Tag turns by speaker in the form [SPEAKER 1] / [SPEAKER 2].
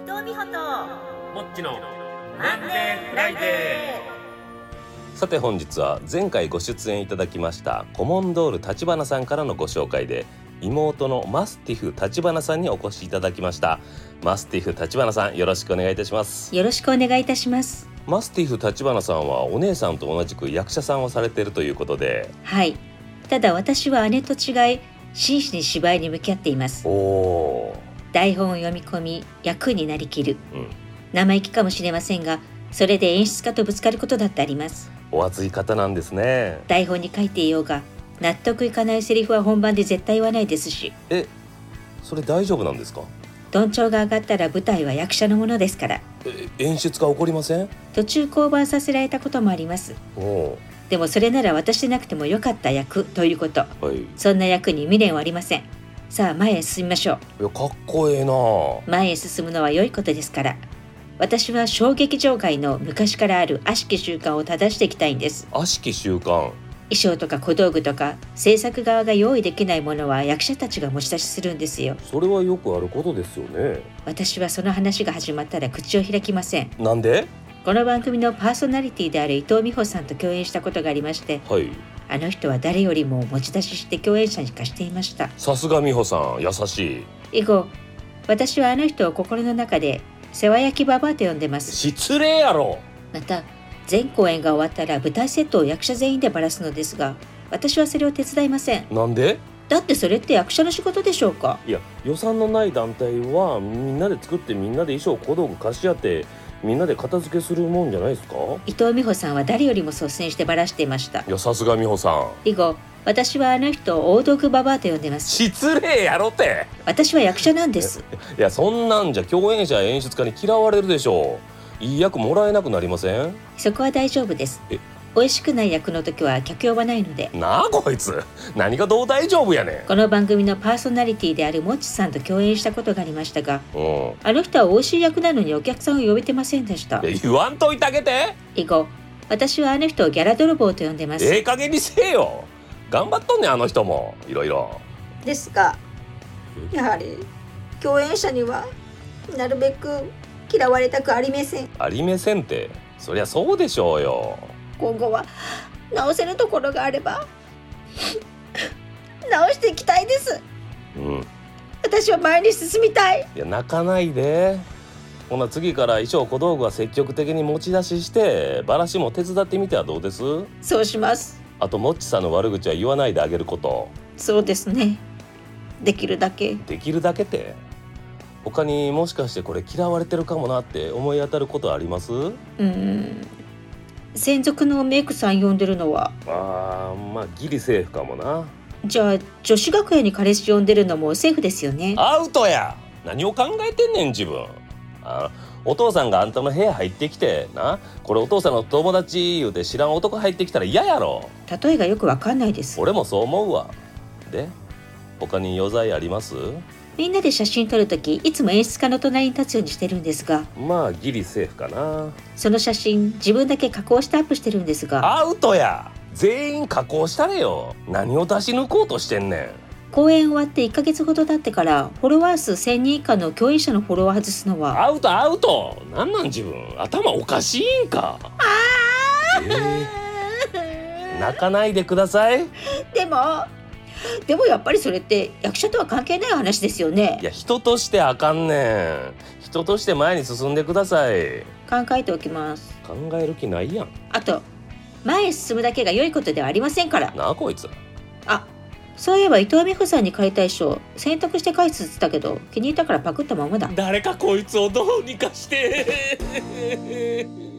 [SPEAKER 1] 藤美穂と
[SPEAKER 2] もっちの
[SPEAKER 1] マンデーフライデ
[SPEAKER 3] さて本日は前回ご出演いただきましたコモンドール立花さんからのご紹介で妹のマスティフ立花さんにお越しいただきました。マスティフ立花さん、よろしくお願いいたします。
[SPEAKER 4] よろしくお願いいたします。
[SPEAKER 3] マスティフ立花さんはお姉さんと同じく役者さんをされているということで。
[SPEAKER 4] はい、ただ私は姉と違い真摯に芝居に向き合っています。台本を読み込み役になりきる、生意気かもしれませんが、それで演出家とぶつかることだってあります。
[SPEAKER 3] お熱い方なんですね。
[SPEAKER 4] 台本に書いていようが納得いかないセリフは本番で絶対言わないですし。
[SPEAKER 3] それ大丈夫なんですか？
[SPEAKER 4] 鈍調が上がったら舞台は役者のものですから。
[SPEAKER 3] 演出が起こりません？
[SPEAKER 4] 途中降板させられたこともあります。でもそれなら私でなくてもよかった役ということ、そんな役に未練はありません。さあ前へ進みましょう。
[SPEAKER 3] かっこええな。
[SPEAKER 4] 前へ進むのは良いことですから。私は小劇場界の昔からある悪しき習慣を正していきたいんです。
[SPEAKER 3] 悪しき習慣？
[SPEAKER 4] 衣装とか小道具とか制作側が用意できないものは役者たちが持ち出しするんですよ。
[SPEAKER 3] それはよくあることですよね。
[SPEAKER 4] 私はその話が始まったら口を開きません。
[SPEAKER 3] なんで？
[SPEAKER 4] この番組のパーソナリティである伊藤美穂さんと共演したことがありまして、あの人は誰よりも持ち出しして共演者に貸していました。
[SPEAKER 3] さすが美穂さん、優しい。
[SPEAKER 4] 以後私はあの人を心の中で世話焼きババアと呼んでます。
[SPEAKER 3] 失礼やろ。
[SPEAKER 4] また全公演が終わったら舞台セットを役者全員でバラすのですが、私はそれを手伝いません。
[SPEAKER 3] なんで？
[SPEAKER 4] だってそれって役者の仕事でしょうか。
[SPEAKER 3] いや、予算のない団体はみんなで作ってみんなで衣装小道具貸し合ってみんなで片付けするもんじゃないですか？
[SPEAKER 4] 伊藤美穂さんは誰よりも率先してバラしていました。
[SPEAKER 3] いや、さすが美穂さん。
[SPEAKER 4] 以後私はあの人を大道具ババアと呼んでます。
[SPEAKER 3] 失礼やろって。
[SPEAKER 4] 私は役者なんです。
[SPEAKER 3] いや、そんなんじゃ共演者や演出家に嫌われるでしょう。いい役もらえなくなりません？
[SPEAKER 4] そこは大丈夫です。美味しくない役の時は客呼ばないので。
[SPEAKER 3] なあこいつ、何がどう大丈夫やねん。
[SPEAKER 4] この番組のパーソナリティであるもっちさんと共演したことがありましたが、あの人は美味しい役なのにお客さんを呼べてませんでした。
[SPEAKER 3] 言わんといてあげて。
[SPEAKER 4] 以後私はあの人をギャラ泥棒と呼んでます。
[SPEAKER 3] 加減にせえよ。頑張っとんねん、あの人もいろいろ。
[SPEAKER 1] ですが、やはり共演者にはなるべく嫌われたくありません。
[SPEAKER 3] ありめせんって、そりゃそうでしょうよ。
[SPEAKER 1] 今後は直せるところがあれば直していきたいです。私は前に進みたい。
[SPEAKER 3] いや、泣かないで。ほな次から衣装小道具は積極的に持ち出ししてバラシも手伝ってみてはどうです？
[SPEAKER 1] そうします。
[SPEAKER 3] あともっちさんの悪口は言わないであげること。
[SPEAKER 1] そうですね、できるだけ。
[SPEAKER 3] できるだけって、他にもしかしてこれ嫌われてるかもなって思い当たることあります？
[SPEAKER 1] 専属のメイクさん呼んでるのは
[SPEAKER 3] まあギリセーフかもな。
[SPEAKER 1] じゃあ女子学園に彼氏呼んでるのもセーフですよね。
[SPEAKER 3] アウトや。何を考えてんねん自分。お父さんがあんたの部屋入ってきてな、これお父さんの友達言うて知らん男入ってきたら嫌やろ。
[SPEAKER 1] 例えがよくわかんないです。
[SPEAKER 3] 俺もそう思うわ。で、他に余罪あります？
[SPEAKER 1] みんなで写真撮るときいつも演出家の隣に立つようにしてるんですが、
[SPEAKER 3] まあギリセーフかな。
[SPEAKER 1] その写真自分だけ加工してアップしてるんですが。
[SPEAKER 3] アウトや。全員加工したれよ。何を出し抜こうとしてんねん。
[SPEAKER 1] 公演終わって1ヶ月ほど経ってからフォロワー数1000人以下の共演者のフォロワー外すのは。
[SPEAKER 3] アウトアウト。なんなん自分、頭おかしいんか。泣かないでください。
[SPEAKER 1] でもやっぱりそれって役者とは関係ない話ですよね。
[SPEAKER 3] いや、人としてあかんねん。人として前に進んでください。
[SPEAKER 1] 考えておきます。
[SPEAKER 3] 考える気ないやん。
[SPEAKER 1] あと前へ進むだけが良いことではありませんから
[SPEAKER 3] なあこいつ。
[SPEAKER 1] そういえば伊藤美穂さんに借りた衣装洗濯して返すって言ったけど気に入ったからパクったままだ。
[SPEAKER 3] 誰かこいつをどうにかして